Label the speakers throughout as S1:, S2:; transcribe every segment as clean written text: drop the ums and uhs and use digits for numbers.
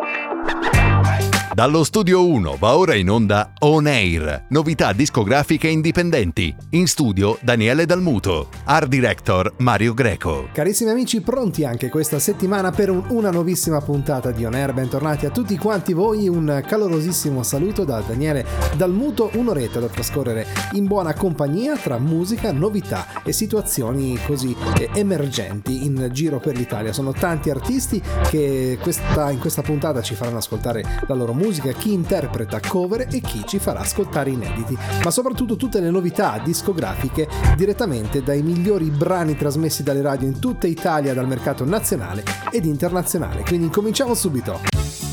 S1: Dallo Studio 1 va ora in onda On Air, novità discografiche indipendenti. In studio Daniele Dalmuto, Art Director Mario Greco.
S2: Carissimi amici, pronti anche questa settimana per una nuovissima puntata di On Air. Bentornati a tutti quanti voi, un calorosissimo saluto da Daniele Dalmuto, un'oretta da trascorrere in buona compagnia tra musica, novità e situazioni così emergenti in giro per l'Italia. Sono tanti artisti che in questa puntata ci faranno ascoltare la loro musica, chi interpreta cover e chi ci farà ascoltare inediti, ma soprattutto tutte le novità discografiche direttamente dai migliori brani trasmessi dalle radio in tutta Italia dal mercato nazionale ed internazionale. Quindi cominciamo subito.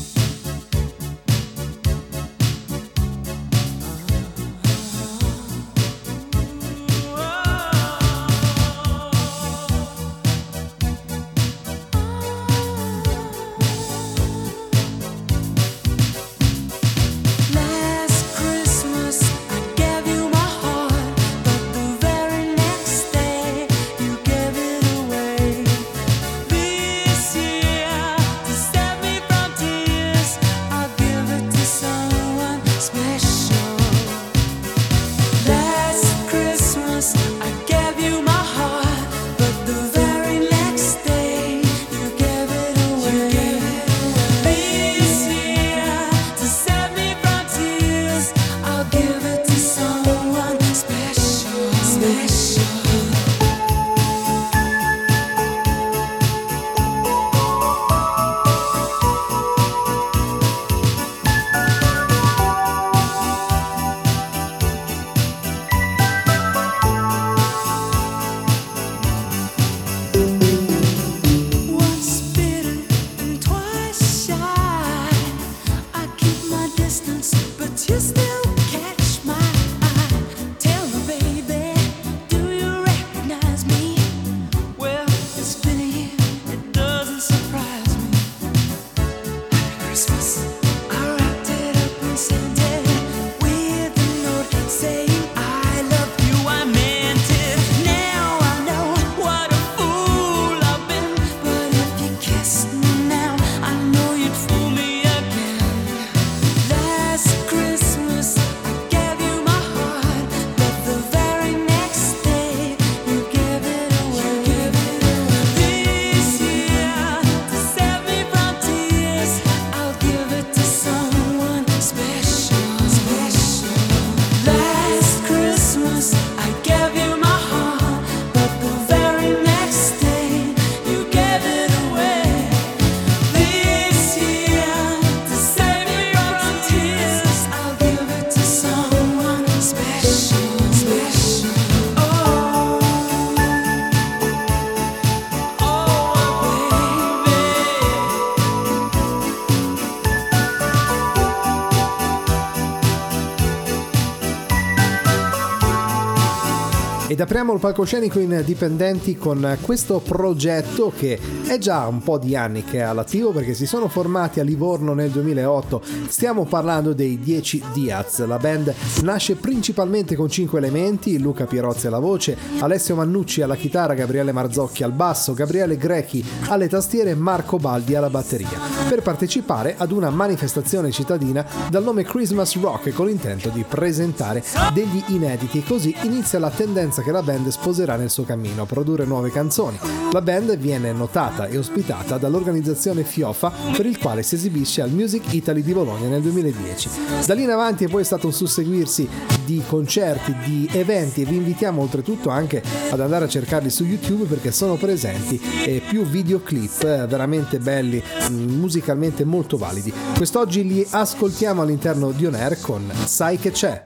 S2: Ed apriamo il palcoscenico indipendenti con questo progetto che è già un po' di anni che è all'attivo, perché si sono formati a Livorno nel 2008. Stiamo parlando dei 10 Diaz. La band nasce principalmente con 5 elementi: Luca Pierozzi alla voce, Alessio Mannucci alla chitarra, Gabriele Marzocchi al basso, Gabriele Grechi alle tastiere e Marco Baldi alla batteria, per partecipare ad una manifestazione cittadina dal nome Christmas Rock, con l'intento di presentare degli inediti. Così inizia la tendenza che la band sposerà nel suo cammino, produrre nuove canzoni. La band viene notata e ospitata dall'organizzazione Fiofa, per il quale si esibisce al Music Italy di Bologna nel 2010. Da lì in avanti è poi stato un susseguirsi di concerti, di eventi, e vi invitiamo oltretutto anche ad andare a cercarli su YouTube, perché sono presenti più videoclip veramente belli, musicalmente molto validi. Quest'oggi li ascoltiamo all'interno di On Air con Sai che c'è.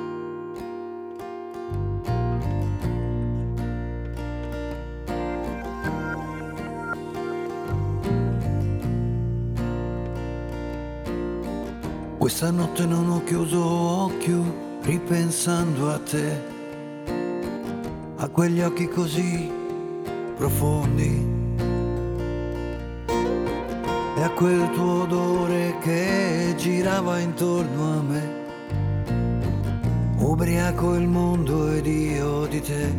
S3: Questa notte non ho chiuso occhio ripensando a te, a quegli occhi così profondi e a quel tuo odore che girava intorno a me, ubriaco il mondo ed io di te.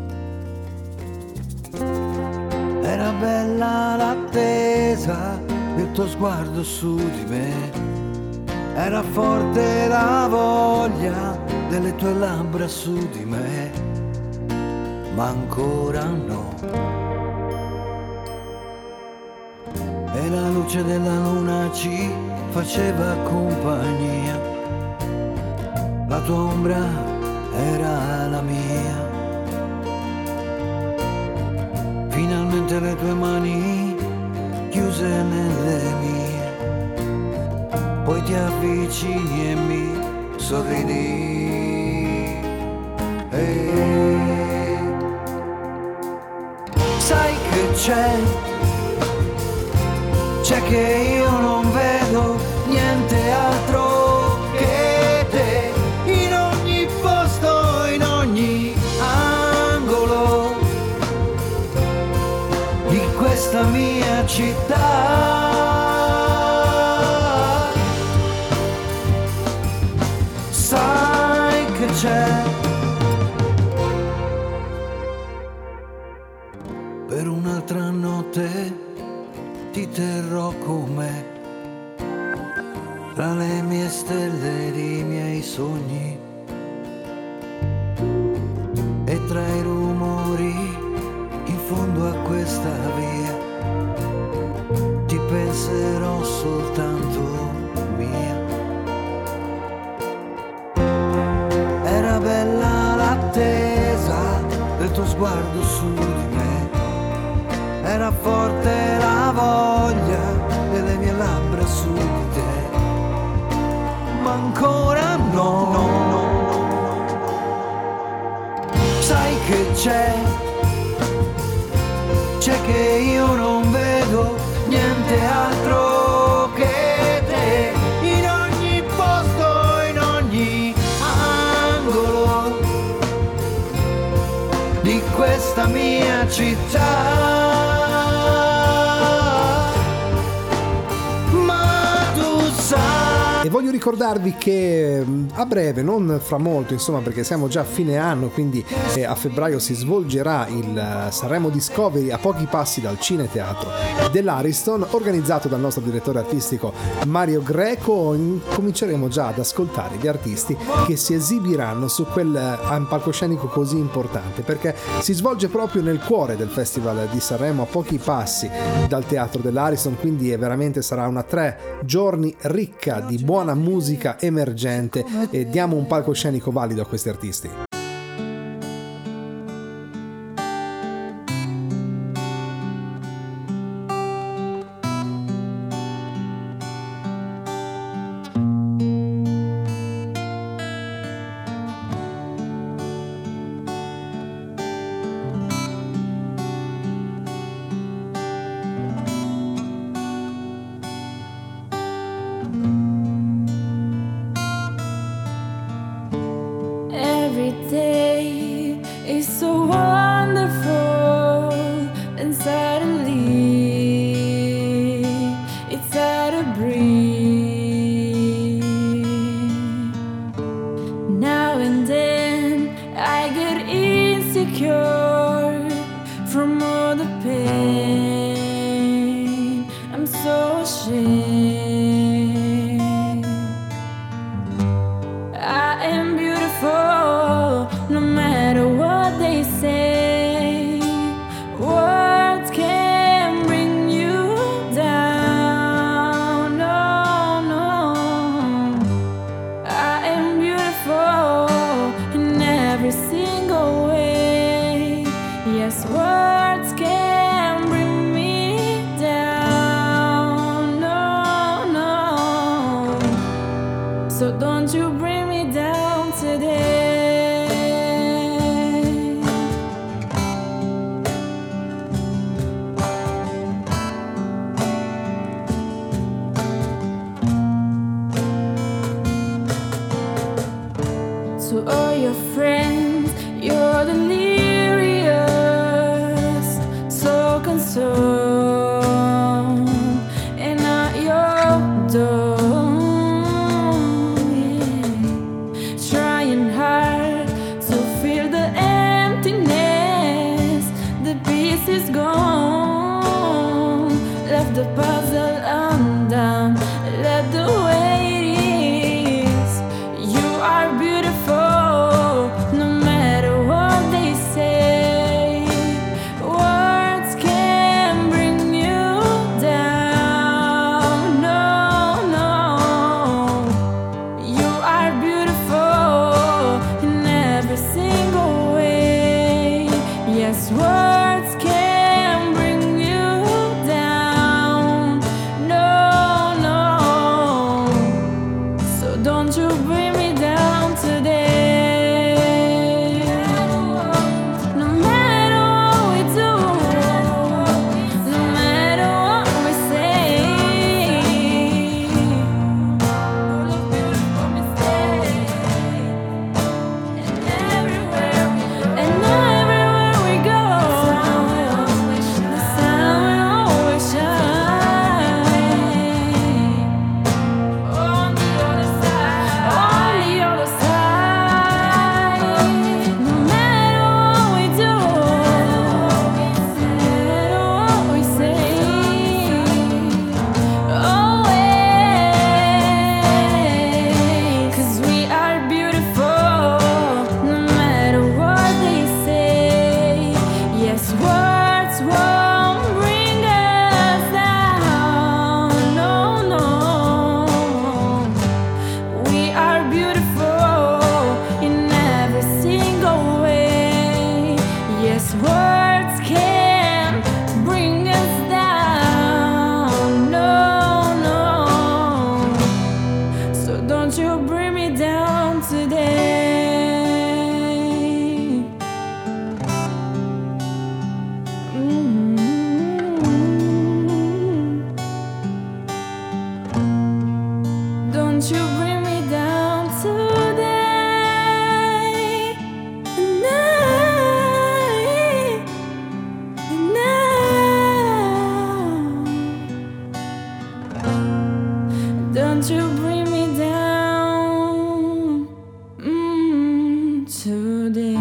S3: Era bella l'attesa del tuo sguardo su di me. Era forte la voglia delle tue labbra su di me, ma ancora no. E la luce della luna ci faceva compagnia, la tua ombra era la mia. Finalmente le tue mani chiuse nelle mie, poi ti avvicini e mi sorridi. Sai che c'è che io non vedo niente altro che te, in ogni posto, in ogni angolo di questa mia città. Sai che c'è, per un'altra notte ti terrò con me, tra le mie stelle ed i miei sogni, e tra i rumori in fondo a questa via ti penserò soltanto mia. Era bella l'attesa del tuo sguardo su di me, era forte la voglia delle mie labbra su di te, ma ancora no. Sai che c'è che io non vedo niente altro che te, in ogni posto, in ogni angolo di questa mia città.
S2: E voglio ricordarvi che a breve, non fra molto, insomma, perché siamo già a fine anno, quindi a febbraio si svolgerà il Sanremo Discovery a pochi passi dal Cineteatro dell'Ariston, organizzato dal nostro direttore artistico Mario Greco. Cominceremo già ad ascoltare gli artisti che si esibiranno su quel palcoscenico così importante, perché si svolge proprio nel cuore del Festival di Sanremo, a pochi passi dal Teatro dell'Ariston, quindi veramente sarà una 3 giorni ricca di buona musica emergente, e diamo un palcoscenico valido a questi artisti.
S4: Every day is so wonderful, and suddenly it's out of breathe. Now and then I get insecure from all the pain. I'm so ashamed. I am beautiful, no matter what they say. Words can bring you down. No, no. I am beautiful in every single way. Yes, words can bring me down. No, no. So don't you bring me down today. To all your friends, you're delirious, so consumed, and at your door, yeah. Trying hard to fill the emptiness. The piece is gone, left the puzzle Don't you bring me down today. Night, night. Don't you bring me down today.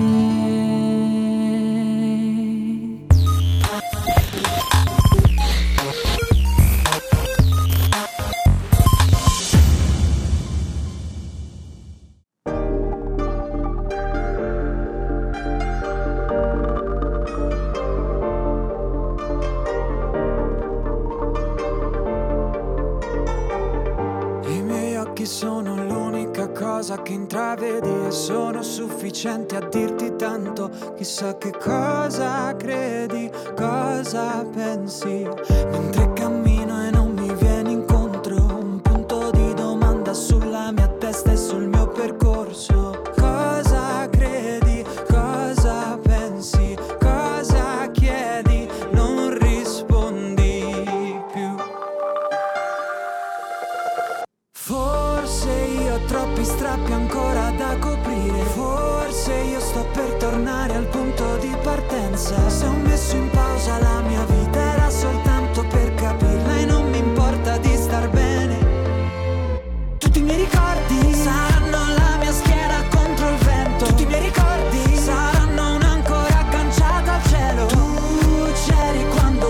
S3: Sono l'unica cosa che intravedi e sono sufficiente a dirti tanto. Chissà che cosa credi, cosa pensi, mentre cammino e non mi vieni incontro. Un punto di domanda sulla mia testa e sul mio percorso. Cosa credi, cosa pensi, cosa chiedi, non rispondi più. Forse io ho troppi strappi ancora da coprire. Forse io sto per tornare al punto di partenza. Se ho messo in pausa la mia vita era soltanto per capirla e non mi importa di star bene. Tutti i miei ricordi saranno la mia schiena contro il vento. Tutti i miei ricordi saranno un'ancora agganciata al cielo. Tu c'eri quando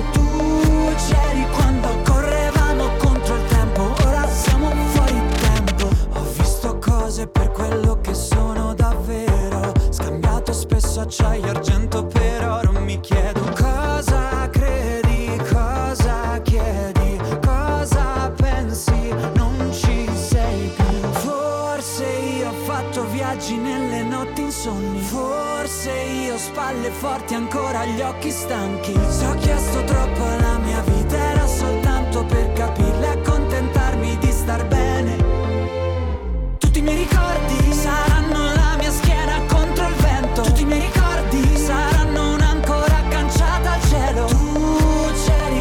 S3: correvamo contro il tempo. Ora siamo fuori tempo. Ho visto cose per quello che sono davvero. Scambiato spesso acciaio, argento per oro. Mi chiedo cosa credi, cosa chiedi, cosa pensi, non ci sei più. Forse io ho fatto viaggi nelle notti insonni. Forse io ho spalle forti ancora gli occhi stanchi. Se ho chiesto troppo alla mia vita era soltanto per capirla e accontentarmi di star bene. Tutti i miei ricordi saranno la mia schiena contro il vento. Tutti i miei ricordi saranno un'ancora agganciata al cielo. Tu c'eri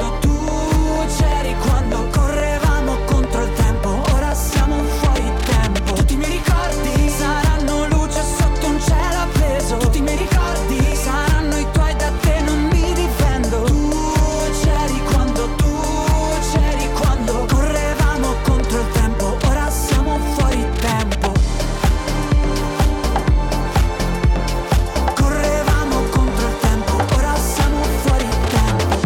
S3: quando correvamo contro il tempo. Ora siamo fuori tempo. Tutti i miei ricordi saranno luce sotto un cielo appeso. Tutti i miei ricordi saranno i tuoi, da te non mi difendo. Tu c'eri quando correvamo contro il tempo. Ora siamo fuori tempo. Correvamo contro il tempo. Ora siamo fuori tempo.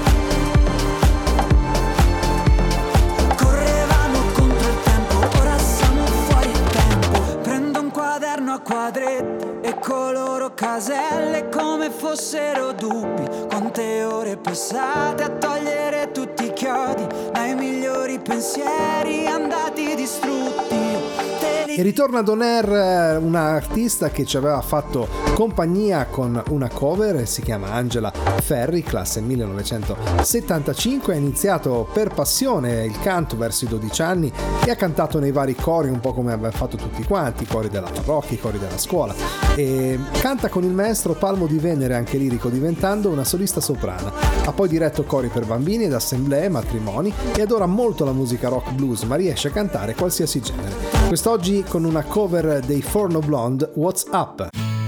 S3: Correvamo contro il tempo. Ora siamo fuori tempo. Prendo un quaderno a quadretti e coloro caselle come fossero dubbi. Quante ore passate a togliere tutti i chiodi dai migliori pensieri andati distrutti.
S2: E ritorna ad On Air una artista che ci aveva fatto compagnia con una cover, si chiama Angela Ferri, classe 1975, ha iniziato per passione il canto verso i 12 anni e ha cantato nei vari cori, un po' come aveva fatto tutti quanti, i cori della parrocchia, i cori della scuola, e canta con il maestro Palmo di Venere, anche lirico, diventando una solista soprana. Ha poi diretto cori per bambini ed assemblee, matrimoni e adora molto la musica rock blues, ma riesce a cantare qualsiasi genere. Quest'oggi con una cover dei Forno Blonde, What's Up?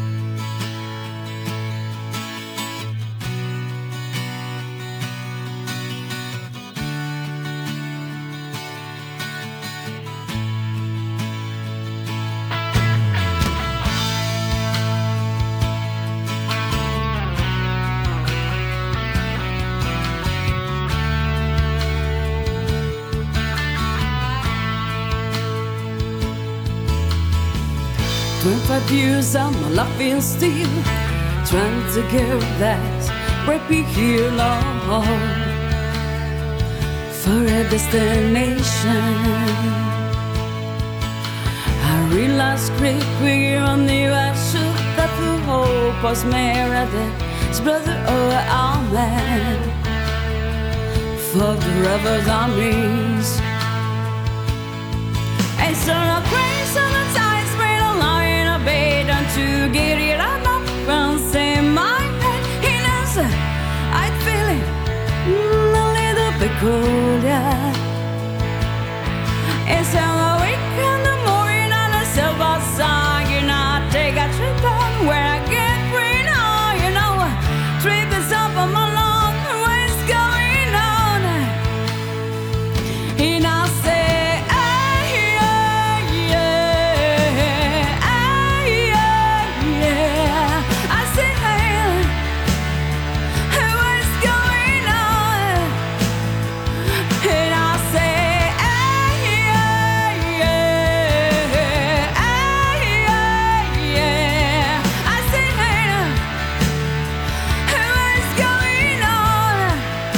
S4: Years I'm laughing still, trying to get that break here long for a destination. I realized quickly on the should that the hope was Meredith's brother or Amen for the rebel armies. And so I praise on the tides made a line of bait to get it out of France in my head. He knows I'd feel it a little peculiar. It's how And I say, yeah, yeah. I say, what's going on? And I say, yeah. I say, what's going on?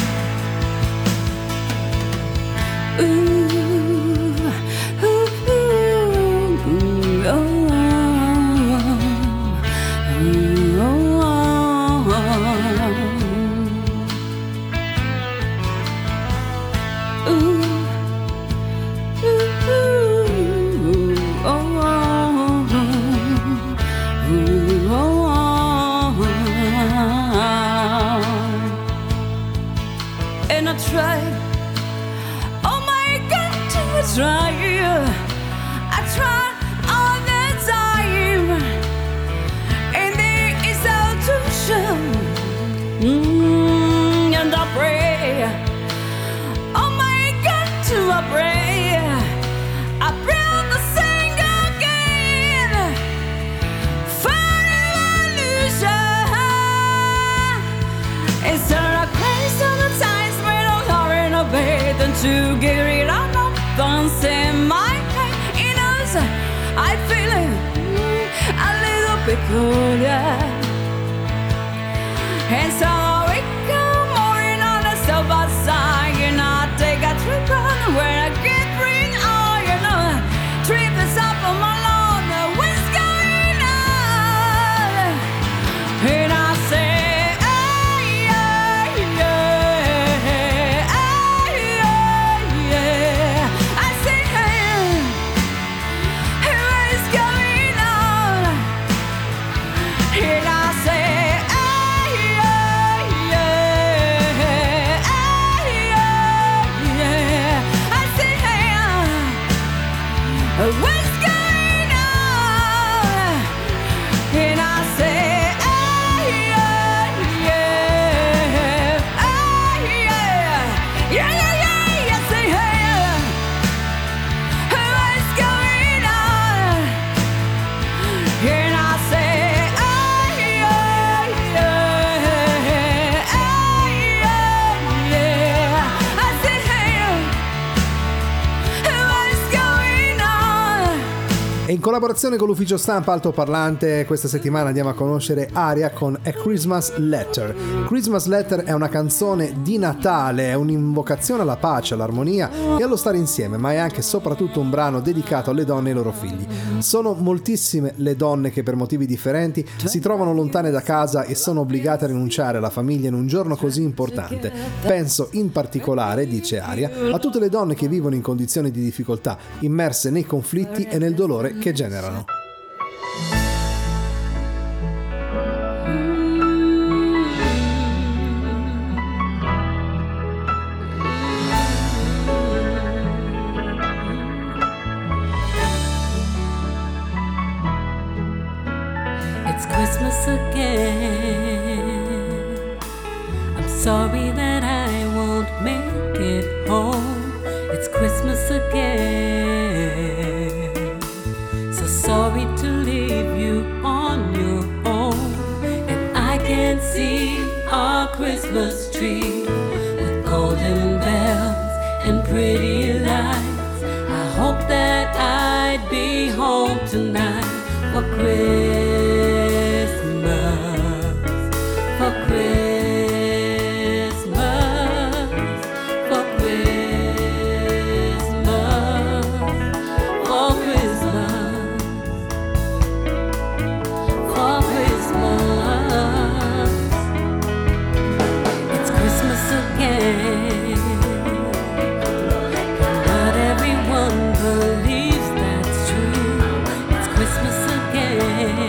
S4: And I tried, oh my God, to try. I try all the time, and there is all to show. And I pray, oh my God, to I pray on the sing again for evolution. Is there a place on the times when I'm hurrying a bed and to get rid of my bones and my pain? I feel a little peculiar, and so we come morning on the sober side, and I take a trip on where I get green. Oh, you know, trip is up on my lawn. What's going on? And I say, what's going on? And I say, I say, what's going on? And I say, I say, what's going on?
S2: E in collaborazione con l'ufficio stampa altoparlante questa settimana andiamo a conoscere Aria con A Christmas Letter. Christmas Letter è una canzone di Natale, è un'invocazione alla pace, all'armonia e allo stare insieme, ma è anche e soprattutto un brano dedicato alle donne e ai loro figli. Sono moltissime le donne che per motivi differenti si trovano lontane da casa e sono obbligate a rinunciare alla famiglia in un giorno così importante. Penso in particolare, dice Aria, a tutte le donne che vivono in condizioni di difficoltà, immerse nei conflitti e nel dolore che generano.
S5: It's Christmas again. I'm sorry that I won't make it home. It's Christmas again. So sorry to leave you on your own. And I can see our Christmas tree with golden bells and pretty lights. I hope that I'd be home tonight for Christmas. For Christmas, for Christmas, for Christmas, for Christmas. It's Christmas again. Not everyone believes that's true. It's Christmas again.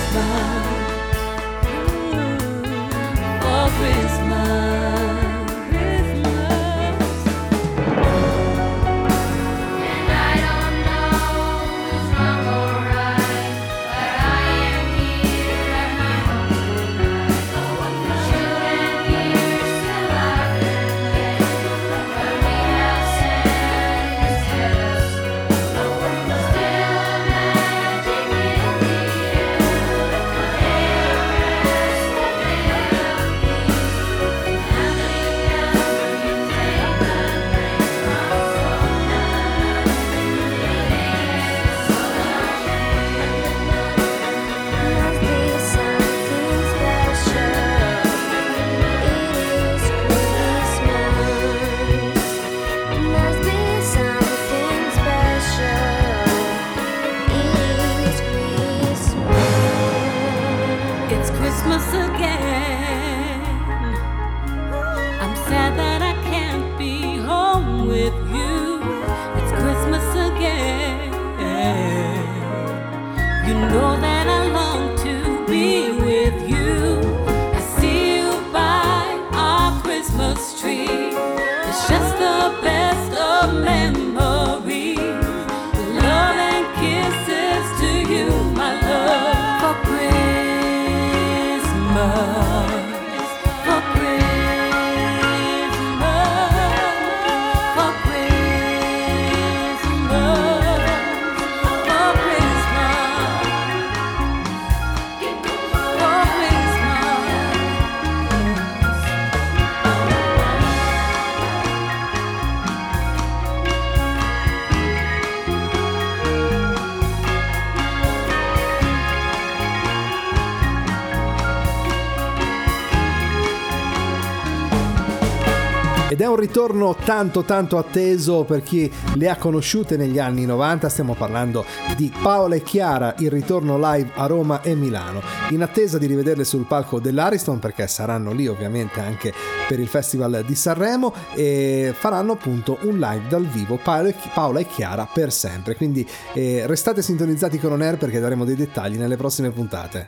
S2: Ed è un ritorno tanto atteso per chi le ha conosciute negli anni 90. Stiamo parlando di Paola e Chiara, il ritorno live a Roma e Milano, in attesa di rivederle sul palco dell'Ariston, perché saranno lì ovviamente anche per il Festival di Sanremo, e faranno appunto un live dal vivo, Paola e Chiara per sempre. Quindi restate sintonizzati con On Air, perché daremo dei dettagli nelle prossime puntate.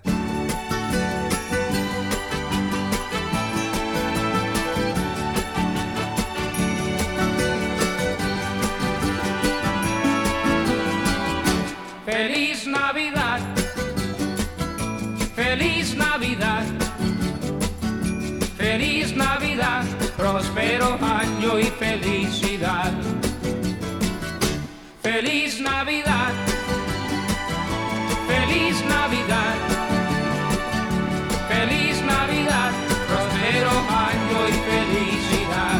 S6: Feliz Navidad, próspero año y felicidad. Feliz Navidad, feliz Navidad, feliz Navidad, próspero año y felicidad.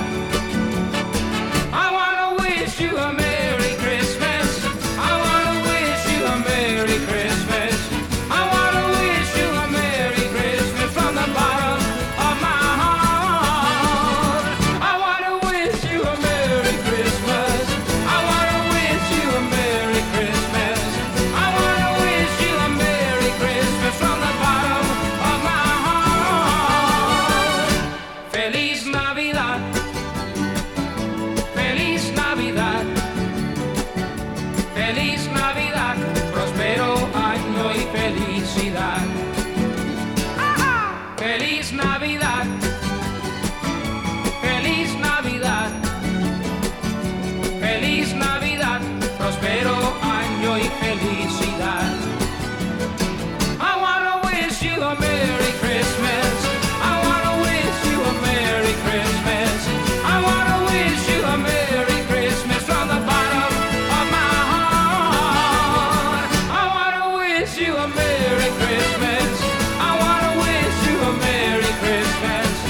S6: I wanna wish you a Merry Christmas. I wanna wish you a Merry Christmas. I wanna wish you a Merry Christmas from the bottom of my heart. I wanna wish you a Merry Christmas. I wanna wish you a Merry Christmas. I wanna wish you a Merry Christmas from the bottom of my heart. Feliz Navidad. Feliz Navidad. Feliz Navidad. Próspero año y felicidad. Feliz Navidad. Feliz Navidad. Feliz Navidad. Próspero año y felicidad. I wanna wish you a Merry Christmas. I wanna wish you a Merry Christmas. I wanna wish you a Merry Christmas from the bottom of my heart. I wanna wish you a Merry Christmas. I wanna wish you a Merry Christmas.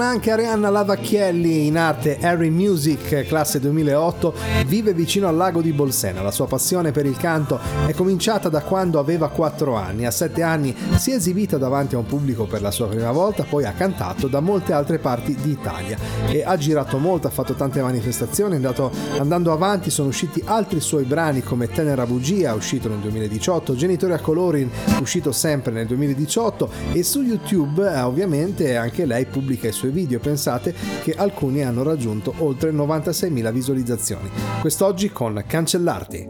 S2: anche Arianna Lavacchielli, in arte Harry Music, classe 2008, vive vicino al lago di Bolsena. La sua passione per il canto è cominciata da quando aveva 4 anni. A 7 anni si è esibita davanti a un pubblico per la sua prima volta, poi ha cantato da molte altre parti d'Italia e ha girato molto, ha fatto tante manifestazioni, andando avanti sono usciti altri suoi brani come Tenera Bugia, uscito nel 2018, Genitori a colori, uscito sempre nel 2018, e su YouTube ovviamente anche lei pubblica i suoi video. Pensate che alcuni hanno raggiunto oltre 96.000 visualizzazioni. Quest'oggi con Cancellarti.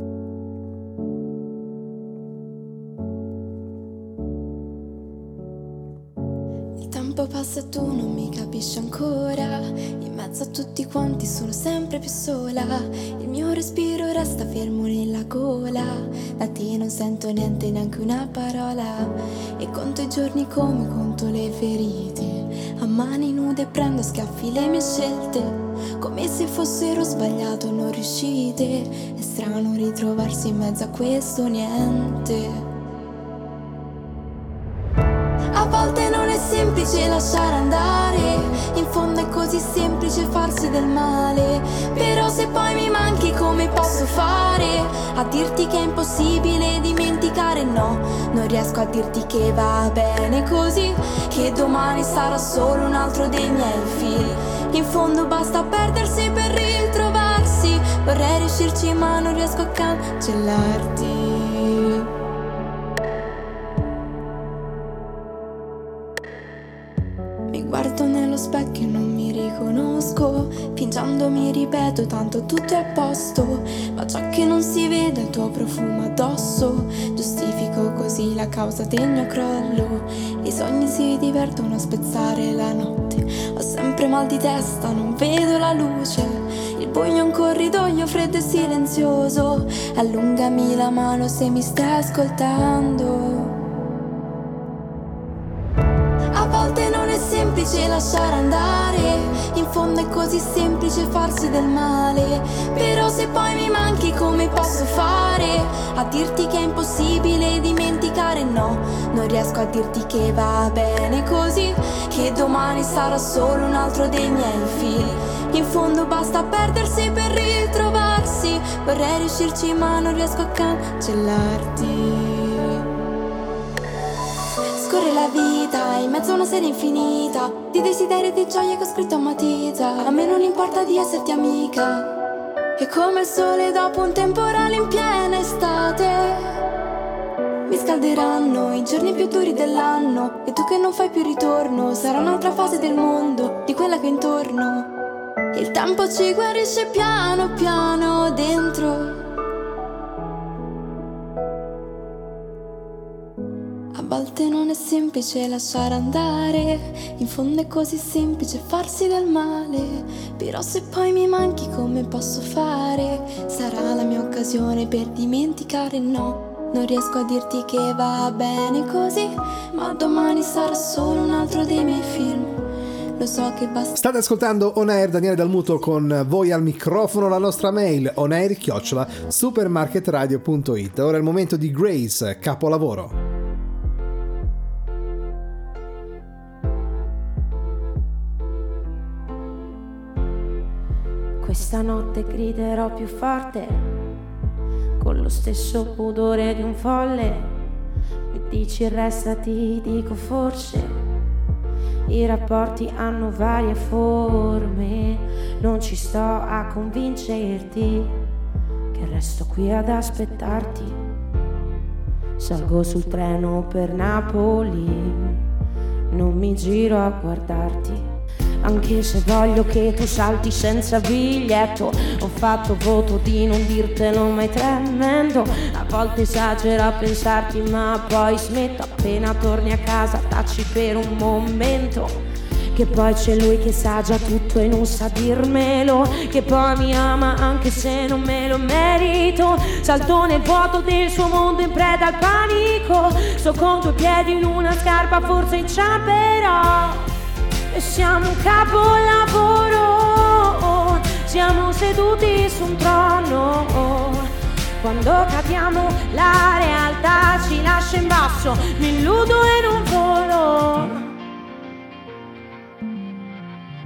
S7: Il tempo passa e tu non mi capisci ancora, in mezzo a tutti quanti sono sempre più sola, il mio respiro resta fermo nella gola, da te non sento niente, neanche una parola, e conto i giorni come conto le ferite, a mani nude prendo a schiaffi le mie scelte, come se fossero sbagliato non riuscite, è strano ritrovarsi in mezzo a questo niente. A volte non è semplice lasciare andare, in fondo è così semplice farsi del male, però se poi mi manchi come posso fare a dirti che è impossibile dimenticare? No, non riesco a dirti che va bene così, che domani sarà solo un altro dei miei fili, in fondo basta perdersi per ritrovarsi, vorrei riuscirci ma non riesco a cancellarti. Guardo nello specchio e non mi riconosco, piangendo mi ripeto tanto tutto è a posto, ma ciò che non si vede è il tuo profumo addosso, giustifico così la causa del mio crollo, i sogni si divertono a spezzare la notte, ho sempre mal di testa, non vedo la luce, il buio è un corridoio freddo e silenzioso, allungami la mano se mi stai ascoltando. A volte non è semplice lasciare andare, in fondo è così semplice farsi del male, però se poi mi manchi come posso fare a dirti che è impossibile dimenticare? No, non riesco a dirti che va bene così, che domani sarà solo un altro dei miei fili, in fondo basta perdersi per ritrovarsi, vorrei riuscirci ma non riesco a cancellarti. Scorre la vita in mezzo a una serie infinita di desideri e di gioie che ho scritto a matita, a me non importa di esserti amica, è come il sole dopo un temporale in piena estate, mi scalderanno i giorni più duri dell'anno, e tu che non fai più ritorno, sarà un'altra fase del mondo, di quella che ho intorno, il tempo ci guarisce piano piano dentro. A volte non è semplice lasciare andare, in fondo è così semplice farsi del male, però se poi mi manchi come posso fare? Sarà la mia occasione per dimenticare? No, non riesco a dirti che va bene così, ma domani sarà solo un altro dei miei film. Lo so che basta.
S2: State ascoltando On Air, Daniele Dalmuto con voi al microfono, la nostra mail onair@supermarketradio.it. Ora è il momento di Grace, capolavoro.
S5: Questa notte griderò più forte, con lo stesso pudore di un folle. Mi dici resta, ti dico forse, i rapporti hanno varie forme. Non ci sto a convincerti che resto qui ad aspettarti. Salgo sul treno per Napoli, non mi giro a guardarti. Anche se voglio che tu salti senza biglietto, ho fatto voto di non dirtelo mai tremendo. A volte esagero a pensarti ma poi smetto. Appena torni a casa taci per un momento, che poi c'è lui che sa già tutto e non sa dirmelo, che poi mi ama anche se non me lo merito. Salto nel vuoto del suo mondo in preda al panico, sto con 2 piedi in una scarpa, forse inciamperò. E siamo un capolavoro, siamo seduti su un trono. Quando cadiamo la realtà ci lascia in basso, mi illudo e non volo.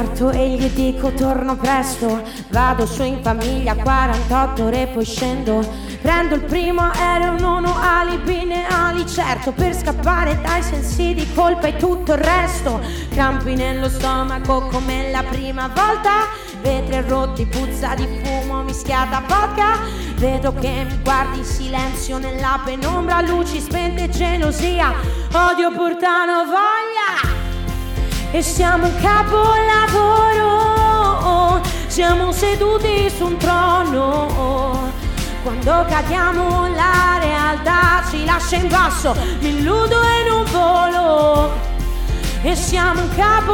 S8: Parto e gli dico torno presto, vado su in famiglia 48 ore poi scendo, prendo il primo aereo, non ho alibi né ali certo per scappare dai sensi di colpa e tutto il resto, crampi nello stomaco come la prima volta, vetri rotti, puzza di fumo mischiata a vodka, vedo che mi guardi in silenzio nella penombra, luci spente, gelosia, odio, portano voglia. E siamo un capolavoro, siamo seduti su un trono, quando cadiamo la realtà ci lascia in basso, mi illudo e non volo. E siamo un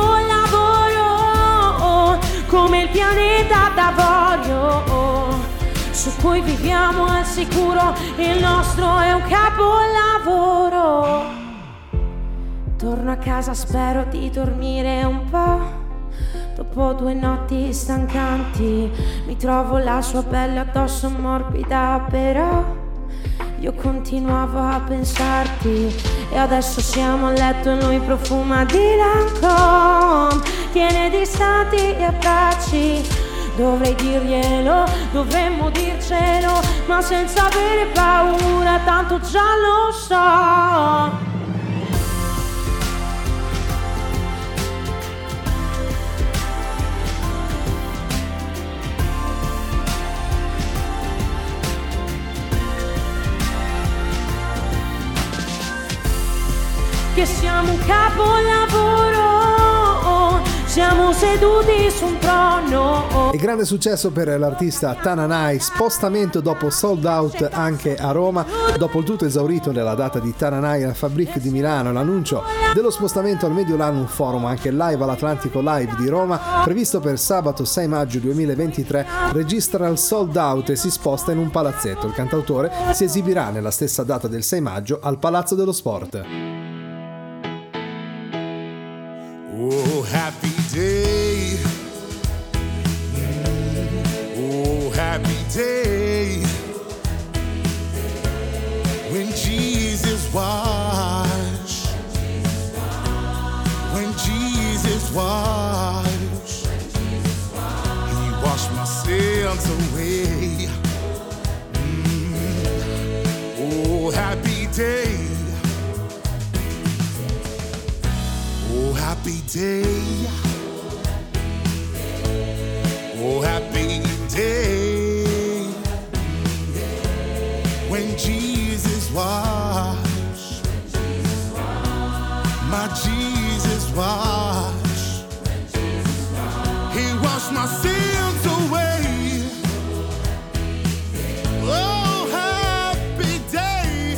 S8: capolavoro, come il pianeta d'avorio, su cui viviamo al sicuro, il nostro è un capolavoro. Torno a casa, spero di dormire un po', dopo 2 notti stancanti, mi trovo la sua pelle addosso morbida, però io continuavo a pensarti, e adesso siamo a letto e lui profuma di Lancôme, tiene distanti e abbracci, dovrei dirglielo, dovremmo dircelo, ma senza avere paura, tanto già lo so. Che siamo un capolavoro, siamo seduti su un trono.
S2: E grande successo per l'artista Tananai, spostamento dopo Sold Out anche a Roma, dopo il tutto esaurito nella data di Tananai alla Fabrique di Milano, l'annuncio dello spostamento al Mediolanum Forum, anche live all'Atlantico Live di Roma, previsto per sabato 6 maggio 2023, registra il Sold Out e si sposta in un palazzetto. Il cantautore si esibirà nella stessa data del 6 maggio al Palazzo dello Sport.
S9: Oh, happy day. Oh, happy day. When Jesus washed. When Jesus washed. He washed my sins away. Oh, happy day. Oh, happy day. Oh, happy day. When Jesus washed. My Jesus washed. He washed my sins away. Oh, happy day.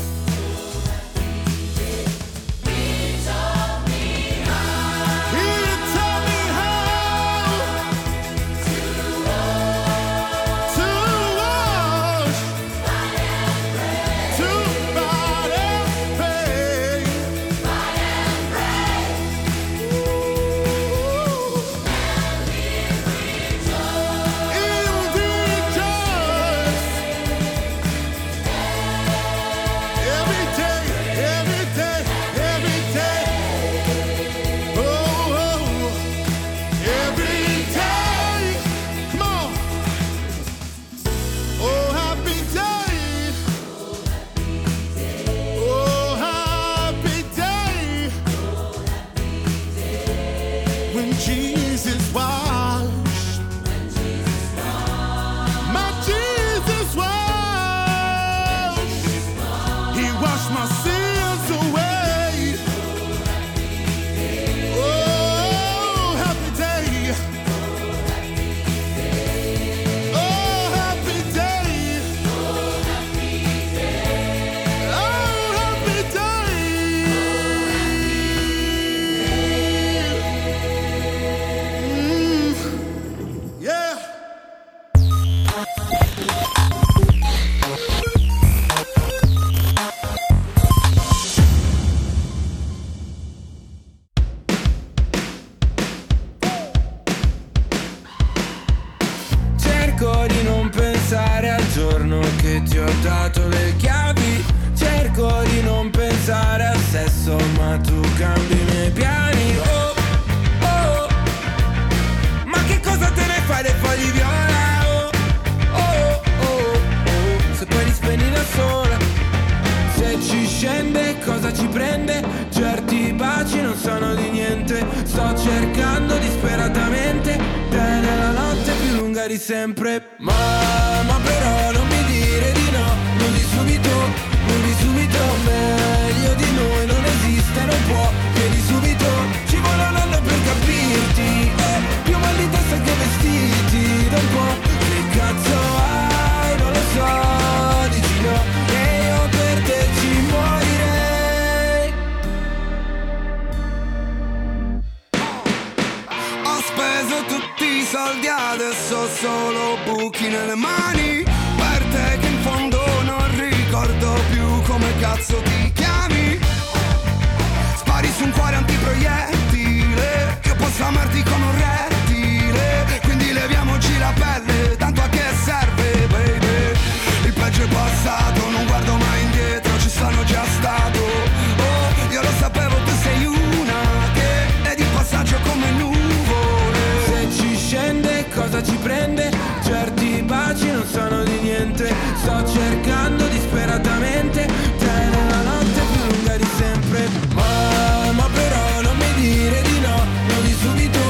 S10: sempre. Ma però non mi dire di no, non di subito, meglio di noi non esiste, non può, chiedi subito, ci vuole un anno per capirti, più mal di testa che vestiti, da un po', che cazzo hai, non lo so, dici no, e io per te ci morirei.
S9: Ho speso tutti i soldi, adesso ho solo buchi nelle mani, per te che in fondo non ricordo più come cazzo ti chiami. Spari su un cuore antiproiettile, io posso amarti come un rettile, quindi leviamoci la pelle, tanto a che serve, baby. Il peggio è passato, non guardo mai indietro, ci sono già stato. Oh, io lo sapevo, tu sei una che è di passaggio come nuvole.
S10: Se ci scende cosa ci prende? Certi baci non sono di niente. Sto cercando disperatamente te nella notte più lunga di sempre. Ma però non mi dire di no, non di subito,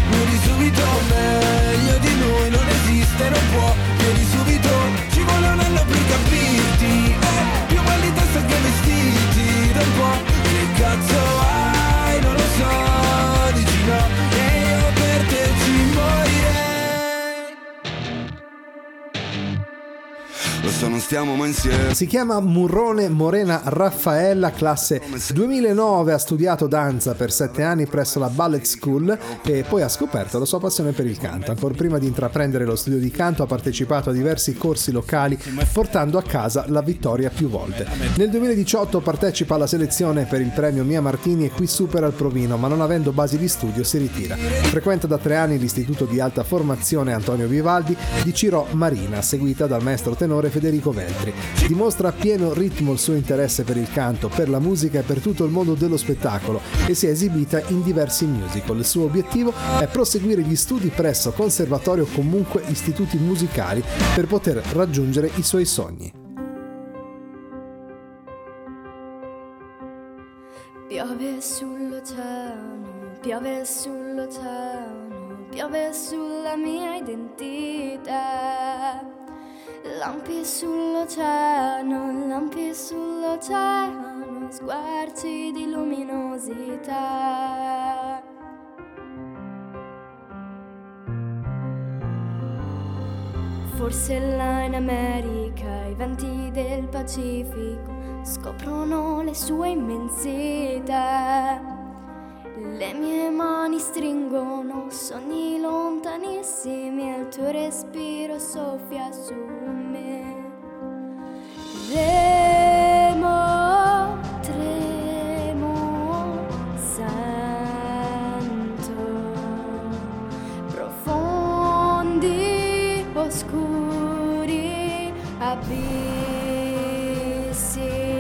S10: meglio di noi non esiste, non può, chiedi subito, ci vuole un anno per capirti, più mal di testa che vestiti, da un po', che cazzo hai, non lo so, dici no, e io per te ci morirei.
S9: Lo so, non stiamo mai insieme.
S2: Si chiama Murrone Morena Raffaella, classe 2009, ha studiato danza per 7 anni presso la Ballet School e poi ha scoperto la sua passione per il canto. Ancora prima di intraprendere lo studio di canto ha partecipato a diversi corsi locali, portando a casa la vittoria più volte. Nel 2018 partecipa alla selezione per il premio Mia Martini e qui supera il provino, ma non avendo basi di studio si ritira. Frequenta da 3 anni l'istituto di alta formazione Antonio Vivaldi di Ciro Marina, seguita dal maestro tenore Federico Veltri. Dimostra a pieno ritmo il suo interesse per il canto, per la musica e per tutto il mondo dello spettacolo e si è esibita in diversi musical. Il suo obiettivo è proseguire gli studi presso conservatorio o comunque istituti musicali per poter raggiungere i suoi sogni.
S7: Piove sull'oceano, piove sull'oceano, piove sulla mia identità. Lampi sull'oceano, squarci di luminosità. Forse là in America i venti del Pacifico scoprono le sue immensità. Le mie mani stringono sogni lontanissimi e il tuo respiro soffia su me. Tremo, sento profondi, oscuri abissi.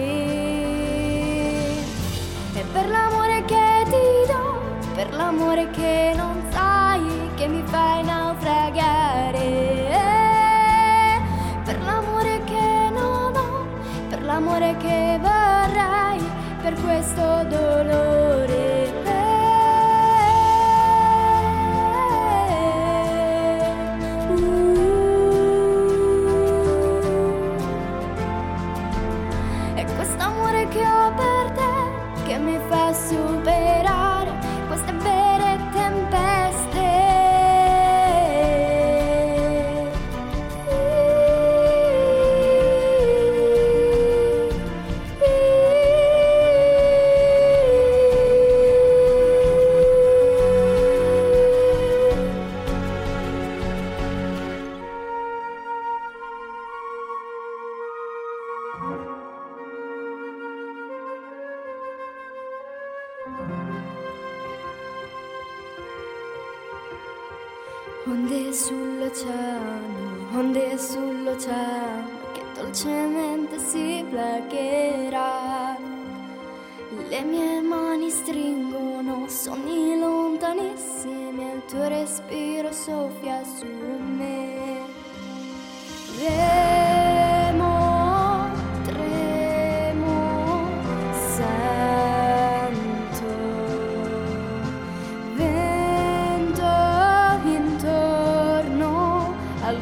S7: E per l'amore che ti do, per l'amore che non sai, che mi fai naufragare, per l'amore che non ho, per l'amore che vorrei, per questo dolore. E quest'amore che ho per te, che mi fa superare queste vere tempeste. Onde sull'oceano che dolcemente si placcherà. Le mie mani stringono sogni lontanissimi e il tuo respiro soffia su me. Tremo, sento vento intorno al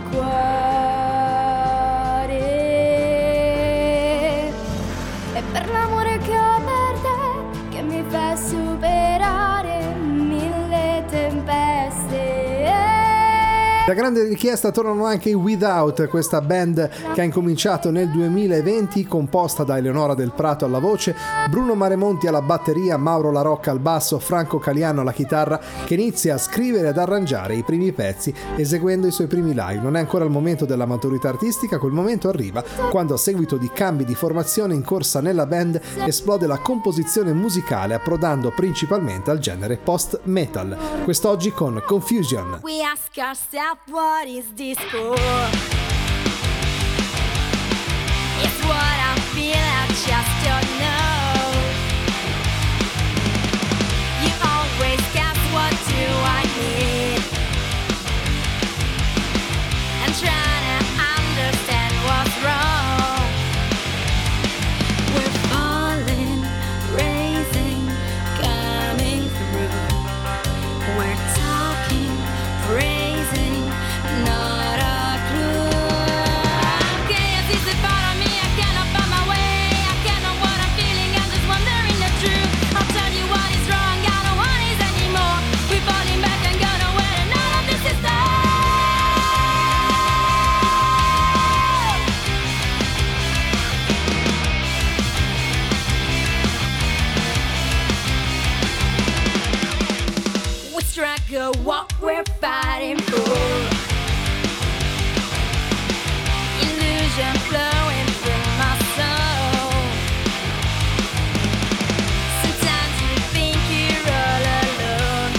S2: Da grande richiesta tornano anche i Without, questa band che ha incominciato nel 2020, composta da Eleonora Del Prato alla voce, Bruno Maremonti alla batteria, Mauro La Rocca al basso, Franco Caliano alla chitarra, che inizia a scrivere ed arrangiare i primi pezzi eseguendo i suoi primi live. Non è ancora il momento della maturità artistica, quel momento arriva quando, a seguito di cambi di formazione in corsa nella band, esplode la composizione musicale, approdando principalmente al genere post-metal. Quest'oggi con Confusion.
S4: We ask ourselves, what is disco? It's what I feel, I just don't know. You always guess, what do I need? And trying to understand what's wrong. We're falling, raising, coming through. We're talking, praising, not a clue. Chaos is a part of me, I cannot find my way. I can't know what I'm feeling, I'm just wondering the truth. I'll tell you what is wrong, I don't want it anymore. We're falling back and go nowhere, and none of this is love. We struggle what we're fighting for. Illusion flowing through my soul. Sometimes you think you're all alone.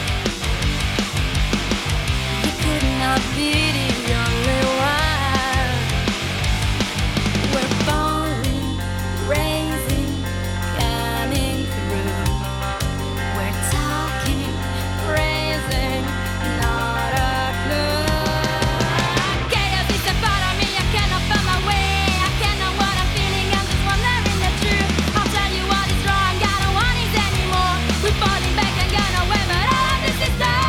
S4: You could not be the only one. We're falling, raising, coming through. We're talking, praising, not a clue. Chaos is a part of me, I cannot find my way. I can't know what I'm feeling, I'm just wondering the truth. I'll tell you what is wrong, I don't want it anymore. We're falling back and go nowhere, but all of this is love.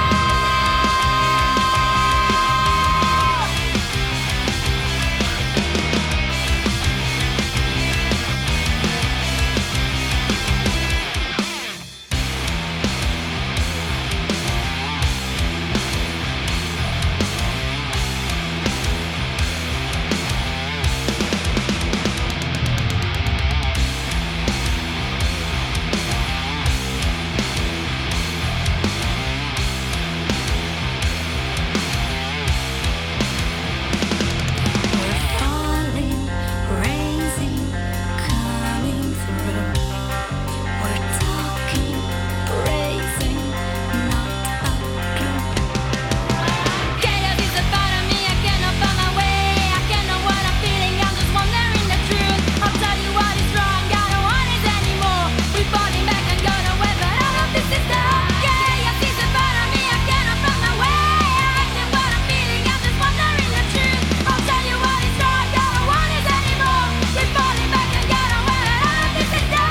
S4: We're falling, raising, coming through. We're talking, praising, not a clue. Chaos is a part of me, I cannot find my way. I can't know what I'm feeling, I'm just wondering the truth. I'll tell you what is wrong, I don't want it anymore. We're falling back and go nowhere, but all of this is love. Chaos is a part of me, I cannot find my way. I can't know what I'm feeling, I'm just wondering the truth. I'll tell you what is wrong, I don't want it anymore. We're falling back and go nowhere, but all of this is love.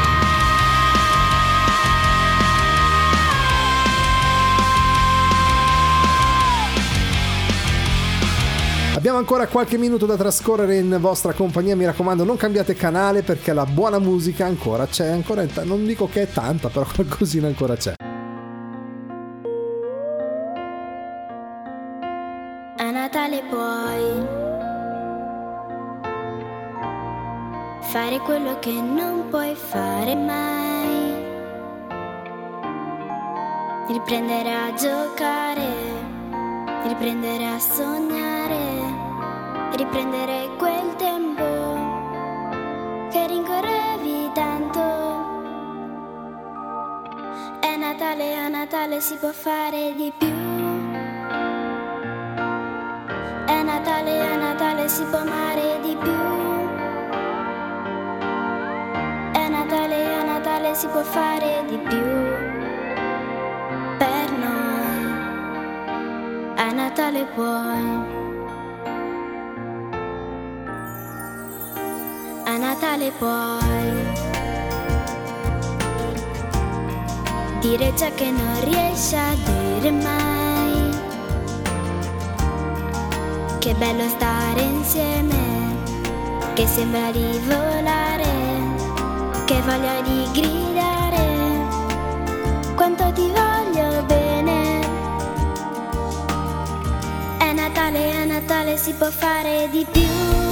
S2: Abbiamo ancora qualche minuto da trascorrere in vostra compagnia, mi raccomando non cambiate canale perché la buona musica ancora c'è, ancora non dico che è tanta, però qualcosina ancora c'è.
S7: A Natale puoi fare quello che non puoi fare mai. Riprendere a giocare, riprendere a sognare, riprendere quel tempo che rincorrevi tanto. È Natale, a Natale si può fare di più. È Natale, a Natale si può amare di più. È Natale, a Natale si può fare di più. Per noi a Natale puoi. A Natale puoi dire ciò che non riesci a dire mai. Che bello stare insieme, che sembra di volare, che voglia di gridare, quanto ti voglio bene. È Natale si può fare di più.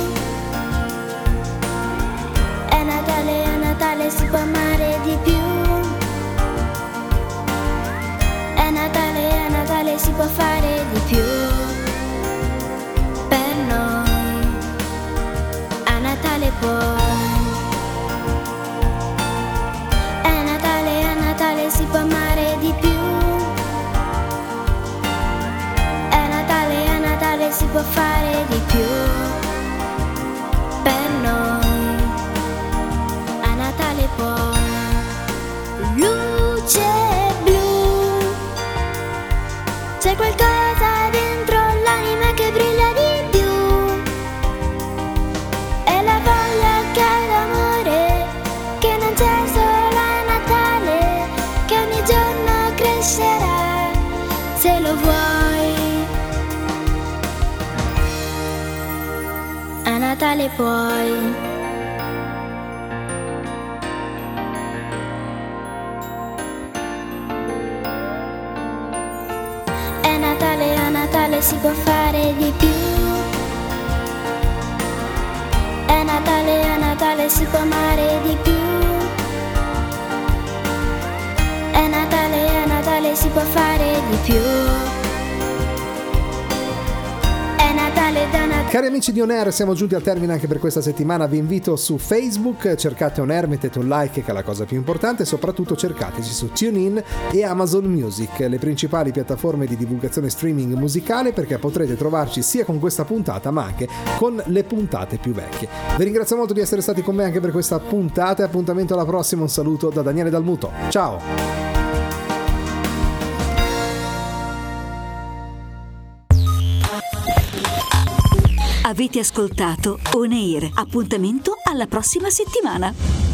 S7: È Natale si può amare di più. È Natale si può fare di più. Per noi a Natale puoi. È Natale si può amare di più. È Natale si può fare di più. Per noi a Natale puoi. Luce blu, c'è qualcosa dentro l'anima che brilla di più. È la voglia che ha d'amore, che non c'è solo a Natale, che ogni giorno crescerà se lo vuoi. A Natale puoi. A Natale si può fare di più. È Natale si può amare di più. È Natale si può fare di più. È Natale da Natale.
S2: Cari amici di On Air, siamo giunti al termine anche per questa settimana. Vi invito su Facebook, cercate On Air, mettete un like che è la cosa più importante, e soprattutto cercateci su TuneIn e Amazon Music, le principali piattaforme di divulgazione streaming musicale, perché potrete trovarci sia con questa puntata ma anche con le puntate più vecchie. Vi ringrazio molto di essere stati con me anche per questa puntata e appuntamento alla prossima. Un saluto da Daniele Dalmuto. Ciao!
S11: Avete ascoltato On Air. Appuntamento alla prossima settimana.